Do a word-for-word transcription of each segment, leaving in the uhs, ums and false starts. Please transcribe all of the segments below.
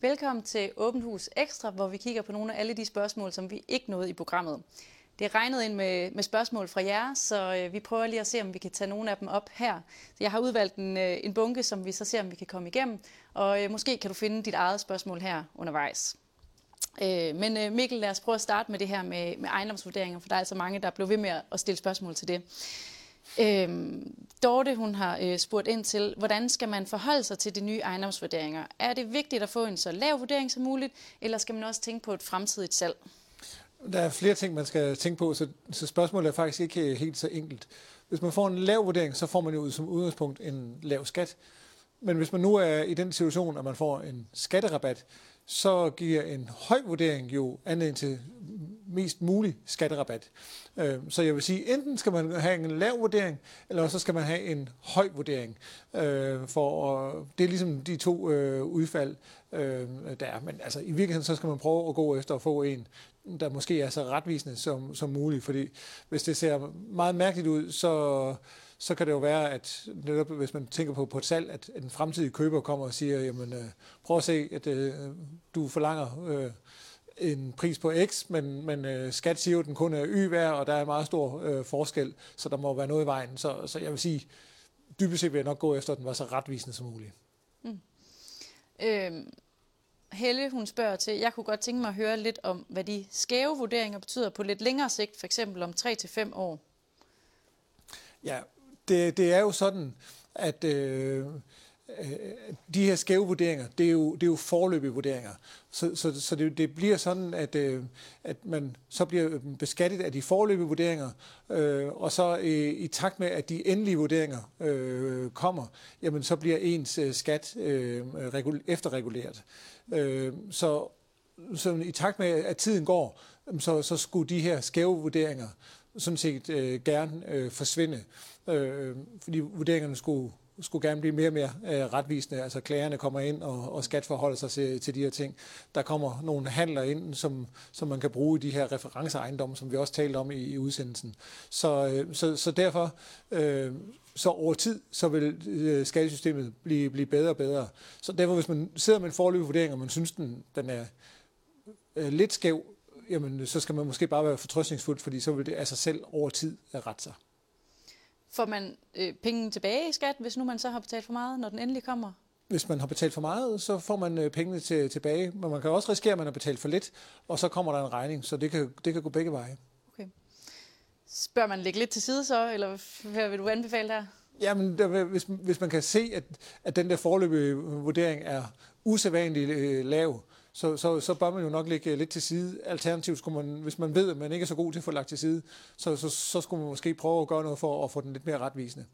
Velkommen til Åbent Hus Ekstra, hvor vi kigger på nogle af alle de spørgsmål, som vi ikke nåede i programmet. Det er regnet ind med, med spørgsmål fra jer, så øh, vi prøver lige at se, om vi kan tage nogle af dem op her. Så jeg har udvalgt en, øh, en bunke, som vi så ser, om vi kan komme igennem, og øh, måske kan du finde dit eget spørgsmål her undervejs. Øh, men øh, Mikkel, lad os prøve at starte med det her med, med ejendomsvurderinger, for der er altså mange, der blev ved med at stille spørgsmål til det. Øhm, Dorte, hun har øh, spurgt ind til, hvordan skal man forholde sig til de nye ejendomsvurderinger? Er det vigtigt at få en så lav vurdering som muligt, eller skal man også tænke på et fremtidigt salg? Der er flere ting, man skal tænke på, så, så spørgsmålet er faktisk ikke helt så enkelt. Hvis man får en lav vurdering, så får man jo som udgangspunkt en lav skat. Men hvis man nu er i den situation, at man får en skatterabat, så giver en høj vurdering jo anledning til mest mulig skatterabat. Så jeg vil sige, enten skal man have en lav vurdering, eller så skal man have en høj vurdering. For det er ligesom de to udfald, der er. Men altså, i virkeligheden så skal man prøve at gå efter at få en, der måske er så retvisende som, som muligt. Fordi hvis det ser meget mærkeligt ud, så... så kan det jo være, at netop, hvis man tænker på, på et salg, at en fremtidig køber kommer og siger, jamen øh, prøv at se, at øh, du forlanger øh, en pris på X, men, men øh, skat siger jo, at den kun er Y værd, og der er en meget stor øh, forskel, så der må være noget i vejen. Så, så jeg vil sige, dybest set vil jeg nok gå efter, at den var så retvisende som muligt. Mm. Øhm, Helle, hun spørger til, jeg kunne godt tænke mig at høre lidt om, hvad de skæve vurderinger betyder på lidt længere sigt, for eksempel om tre til fem år. Ja, Det, det er jo sådan, at øh, de her skæve vurderinger, det er jo, det er jo foreløbige vurderinger. Så, så, så det, det bliver sådan, at, øh, at man så bliver beskattet af de foreløbige vurderinger, øh, og så øh, i takt med, at de endelige vurderinger øh, kommer, jamen så bliver ens øh, skat øh, efterreguleret. Øh, så, så i takt med, at tiden går, så, så skulle de her skæve vurderinger sådan set øh, gerne øh, forsvinde. Øh, fordi vurderingerne skulle, skulle gerne blive mere og mere øh, retvisende. Altså klagerne kommer ind, og, og skat forholder sig til, til de her ting. Der kommer nogle handler ind, som, som man kan bruge i de her referenceejendomme, som vi også talte om i, i udsendelsen. Så, øh, så, så derfor, øh, så over tid, så vil øh, skattesystemet blive, blive bedre og bedre. Så derfor, hvis man sidder med en foreløbig vurdering, og man synes, den, den er øh, lidt skæv, jamen, så skal man måske bare være fortrøstningsfuld, fordi så vil det af sig selv over tid rette sig. Får man øh, penge tilbage i skat, hvis nu man så har betalt for meget, når den endelig kommer? Hvis man har betalt for meget, så får man øh, pengene til, tilbage, men man kan også risikere, at man har betalt for lidt, og så kommer der en regning, så det kan, det kan gå begge veje. Okay. Spørger man lægge lidt til side så, eller hvad vil du anbefale her? Jamen, der, hvis, hvis man kan se, at, at den der foreløbige vurdering er usædvanligt øh, lav, Så, så, så bør man jo nok lægge lidt til side. Alternativt skulle man, hvis man ved, at man ikke er så god til at få lagt til side, så, så, så skulle man måske prøve at gøre noget for at få den lidt mere retvisende.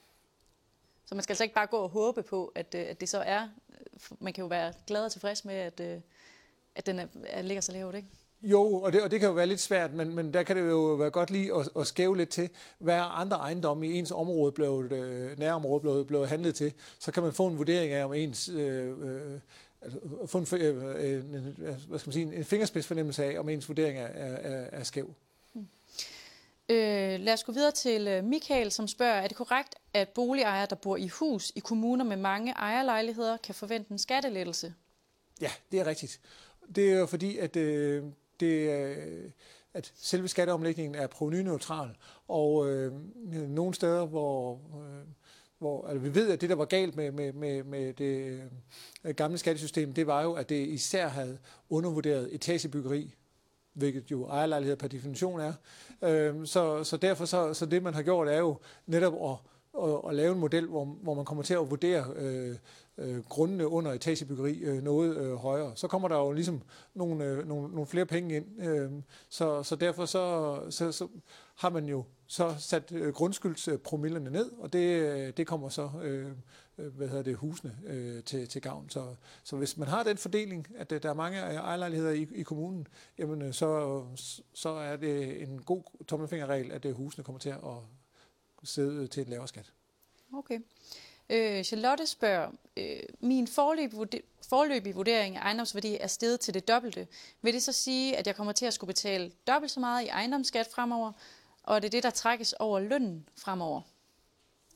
Så man skal altså ikke bare gå og håbe på, at, at det så er. Man kan jo være glad og tilfreds med, at, at den er, er, ligger så lavt, ikke? Jo, og det, og det kan jo være lidt svært, men, men der kan det jo være godt lige at, at skæve lidt til, hvad andre ejendomme i ens område blevet, øh, nærområde blevet, blevet handlet til. Så kan man få en vurdering af, om ens... Øh, øh, Altså, få en, en, hvad skal man sige, en fingerspidsfornemmelse af, om ens vurdering er, er, er skæv. Hmm. Øh, lad os gå videre til Michael, som spørger, er det korrekt, at boligejere, der bor i hus i kommuner med mange ejerlejligheder, kan forvente en skattelettelse? Ja, det er rigtigt. Det er jo fordi, at, øh, det, øh, at selve skatteomlægningen er provenuneutral, og øh, nogle steder, hvor... Øh, Hvor, altså, vi ved, at det, der var galt med, med, med, med det øh, gamle skattesystem, det var jo, at det især havde undervurderet etagebyggeri, hvilket jo ejerlejlighed per definition er. Øh, så, så derfor så, så det, man har gjort, er jo netop at, at, at lave en model, hvor, hvor man kommer til at vurdere øh, øh, grundene under etagebyggeri øh, noget øh, højere. Så kommer der jo ligesom nogle, øh, nogle, nogle flere penge ind. Øh, så, så derfor så, så, så har man jo så sat øh, grundskyldspromillerne ned, og det, det kommer så øh, hvad hedder det, husene øh, til, til gavn. Så, så hvis man har den fordeling, at der er mange ejerlejligheder i, i kommunen, jamen, så, så er det en god tommelfingerregel, at husene kommer til at sidde til en lavere skat. Okay. Øh, Charlotte spørger, øh, min foreløbige vurdering af ejendomsværdi er steget til det dobbelte. Vil det så sige, at jeg kommer til at skulle betale dobbelt så meget i ejendomsskat fremover, og er det det, der trækkes over lønnen fremover?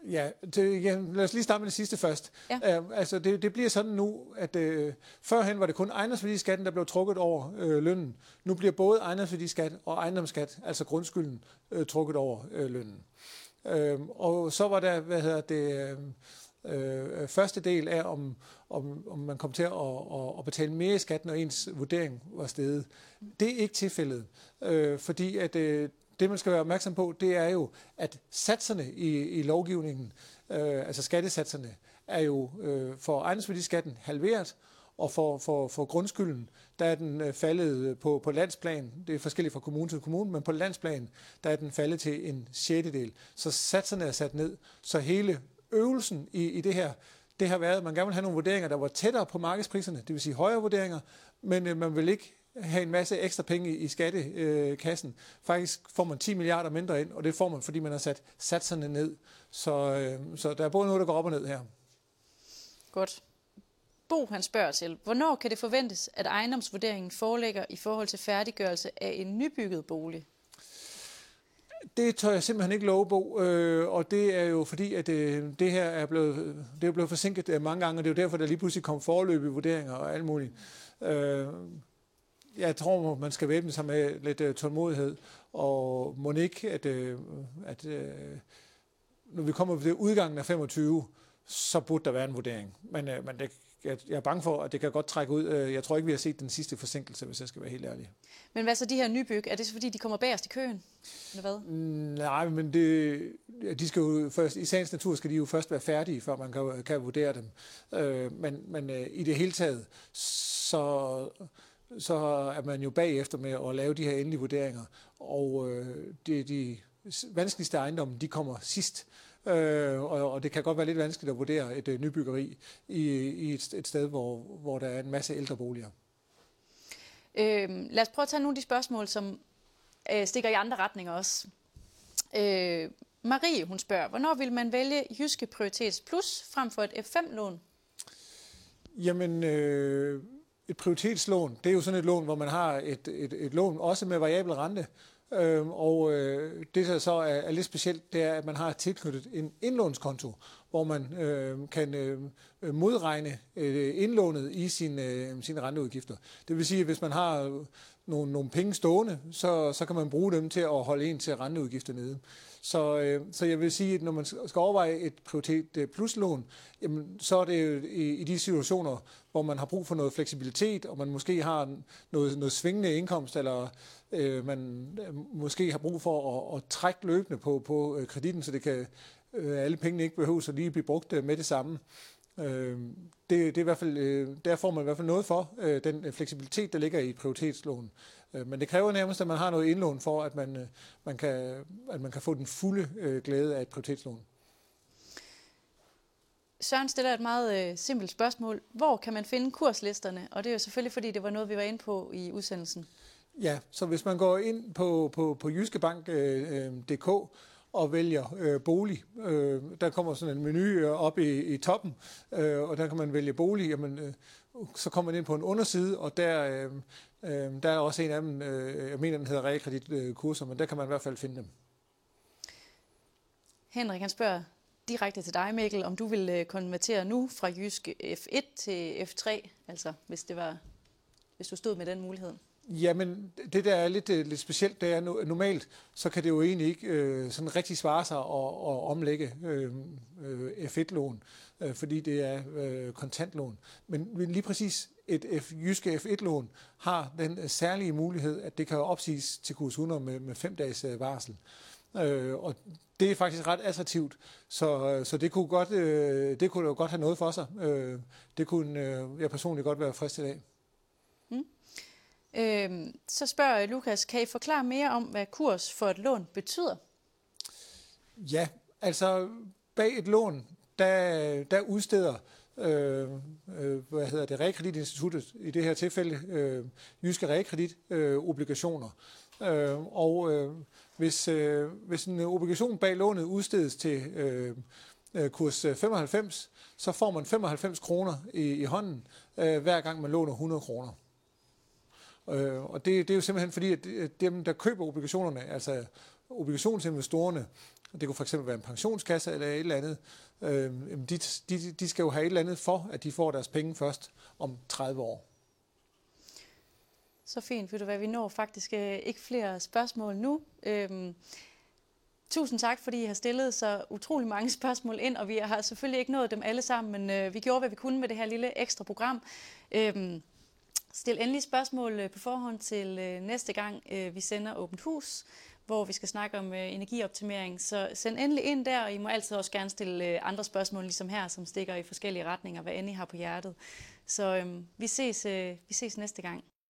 Ja, det, ja, lad os lige starte med det sidste først. Ja. Uh, altså det, det bliver sådan nu, at uh, førhen var det kun ejendomsværdiskatten, der blev trukket over uh, lønnen. Nu bliver både ejendomsværdiskat og ejendomsskat, altså grundskylden, uh, trukket over uh, lønnen. Uh, og så var der, hvad hedder det, uh, uh, første del af, om, om, om man kom til at, at, at betale mere i skat, når ens vurdering var steget. Det er ikke tilfældet, uh, fordi at uh, det, man skal være opmærksom på, det er jo, at satserne i, i lovgivningen, øh, altså skattesatserne, er jo øh, for ejendomsværdiskatten halveret, og for, for, for grundskylden, der er den øh, faldet på, på landsplan. Det er forskelligt fra kommune til kommune, men på landsplan, der er den faldet til en sjettedel. Så satserne er sat ned. Så hele øvelsen i, i det her, det har været, at man gerne vil have nogle vurderinger, der var tættere på markedspriserne, det vil sige højere vurderinger, men øh, man vil ikke have en masse ekstra penge i skattekassen. Faktisk får man ti milliarder mindre ind, og det får man, fordi man har sat satserne ned. Så, øh, så der er både noget, der går op og ned her. Godt. Bo, han spørger til, hvornår kan det forventes, at ejendomsvurderingen foreligger i forhold til færdiggørelse af en nybygget bolig? Det tør jeg simpelthen ikke love, Bo, øh, og det er jo fordi, at øh, det her er blevet, det er blevet forsinket øh, mange gange, og det er jo derfor, der lige pludselig kom foreløbige vurderinger og alt muligt. Øh, Jeg tror, man skal væbne sig med lidt uh, tålmodighed, og må ikke, at, uh, at uh, når vi kommer til udgangen af femogtyve, så burde der være en vurdering. Men, uh, men det, jeg, jeg er bange for, at det kan godt trække ud. Uh, jeg tror ikke, vi har set den sidste forsinkelse, hvis jeg skal være helt ærlig. Men hvad så de her nybyg? Er det så fordi, de kommer bagerst i køen? Eller hvad? Mm, nej, men det, de skal jo først, i sagens natur skal de jo først være færdige, før man kan, kan vurdere dem. Uh, men men uh, i det hele taget, så... så er man jo bagefter med at lave de her endelige vurderinger, og øh, de, de vanskeligste ejendomme, de kommer sidst, øh, og, og det kan godt være lidt vanskeligt at vurdere et øh, nybyggeri i, i et, et sted, hvor, hvor der er en masse ældre boliger. Øh, lad os prøve at tage nogle af de spørgsmål, som øh, stikker i andre retninger også. Øh, Marie, hun spørger, hvornår vil man vælge Jyske Prioritets Plus frem for et F fem lån? Jamen... Øh, Et prioritetslån, det er jo sådan et lån, hvor man har et, et, et lån også med variabel rente, øh, og øh, det der så er, er lidt specielt, det er, at man har tilknyttet en indlånskonto, hvor man øh, kan øh, modregne øh, indlånet i sine, øh, sine renteudgifter. Det vil sige, at hvis man har nogle, nogle penge stående, så, så kan man bruge dem til at holde en til renteudgifter nede. Så, øh, så jeg vil sige, at når man skal overveje et prioritet pluslån, jamen, så er det jo i, i de situationer, hvor man har brug for noget fleksibilitet, og man måske har noget, noget svingende indkomst, eller øh, man måske har brug for at, at trække løbende på, på øh, kreditten, så det kan øh, alle pengene ikke behøver at lige blive brugt øh, med det samme. Øh, det, det er i hvert fald, øh, der får man i hvert fald noget for, øh, den fleksibilitet, der ligger i prioritetslån. Øh, men det kræver nærmest, at man har noget indlån for, at man, øh, man, kan, at man kan få den fulde øh, glæde af et prioritetslån. Søren stiller et meget øh, simpelt spørgsmål. Hvor kan man finde kurslisterne? Og det er jo selvfølgelig, fordi det var noget, vi var inde på i udsendelsen. Ja, så hvis man går ind på, på, på jyskebank punktum d k og vælger øh, bolig, øh, der kommer sådan en menu op i, i toppen, øh, og der kan man vælge bolig, jamen, øh, så kommer man ind på en underside, og der, øh, øh, der er også en af dem, øh, jeg mener, den hedder realkreditkurser, men der kan man i hvert fald finde dem. Henrik, han spørger direkte til dig, Mikkel, om du vil konvertere nu fra Jysk F et til F tre, altså hvis det var, hvis du stod med den mulighed. Jamen, det der er lidt, lidt specielt, det er normalt, så kan det jo egentlig ikke øh, sådan rigtig svare sig at, at omlægge øh, øh, F et-lån, øh, fordi det er øh, kontantlån. Men lige præcis et F, Jyske F et-lån har den særlige mulighed, at det kan opsiges til kurs hundrede med, med fem dages øh, varsel. Øh, og det er faktisk ret attraktivt, så, så det kunne godt, øh, det kunne jo godt have noget for sig. Øh, det kunne øh, jeg personligt godt være fristet af. Mm. Øh, så spørger Lukas, kan I forklare mere om, hvad kurs for et lån betyder? Ja, altså bag et lån, der, der udsteder øh, øh, hvad hedder det, Realkreditinstituttet, i det her tilfælde øh, Jyske Realkredit, øh, obligationer. Øh, og øh, hvis, øh, hvis en obligation bag lånet udstedes til øh, kurs femoghalvfems, så får man femoghalvfems kroner i, i hånden, øh, hver gang man låner hundrede kroner. Øh, og det, det er jo simpelthen fordi, at dem, der køber obligationerne, altså obligationsinvestorerne, det kunne for eksempel være en pensionskasse eller et eller andet, øh, de, de, de skal jo have et eller andet for, at de får deres penge først om tredive år. Så fint, ved du hvad, vi når faktisk øh, ikke flere spørgsmål nu. Øhm, tusind tak, fordi I har stillet så utrolig mange spørgsmål ind, og vi har selvfølgelig ikke nået dem alle sammen, men øh, vi gjorde, hvad vi kunne med det her lille ekstra program. Øhm, stil endelig spørgsmål øh, på forhånd til øh, næste gang, øh, vi sender Åbent Hus, hvor vi skal snakke om øh, energioptimering. Så send endelig ind der, og I må altid også gerne stille øh, andre spørgsmål, ligesom her, som stikker i forskellige retninger, hvad end I har på hjertet. Så øh, vi, ses, øh, vi ses næste gang.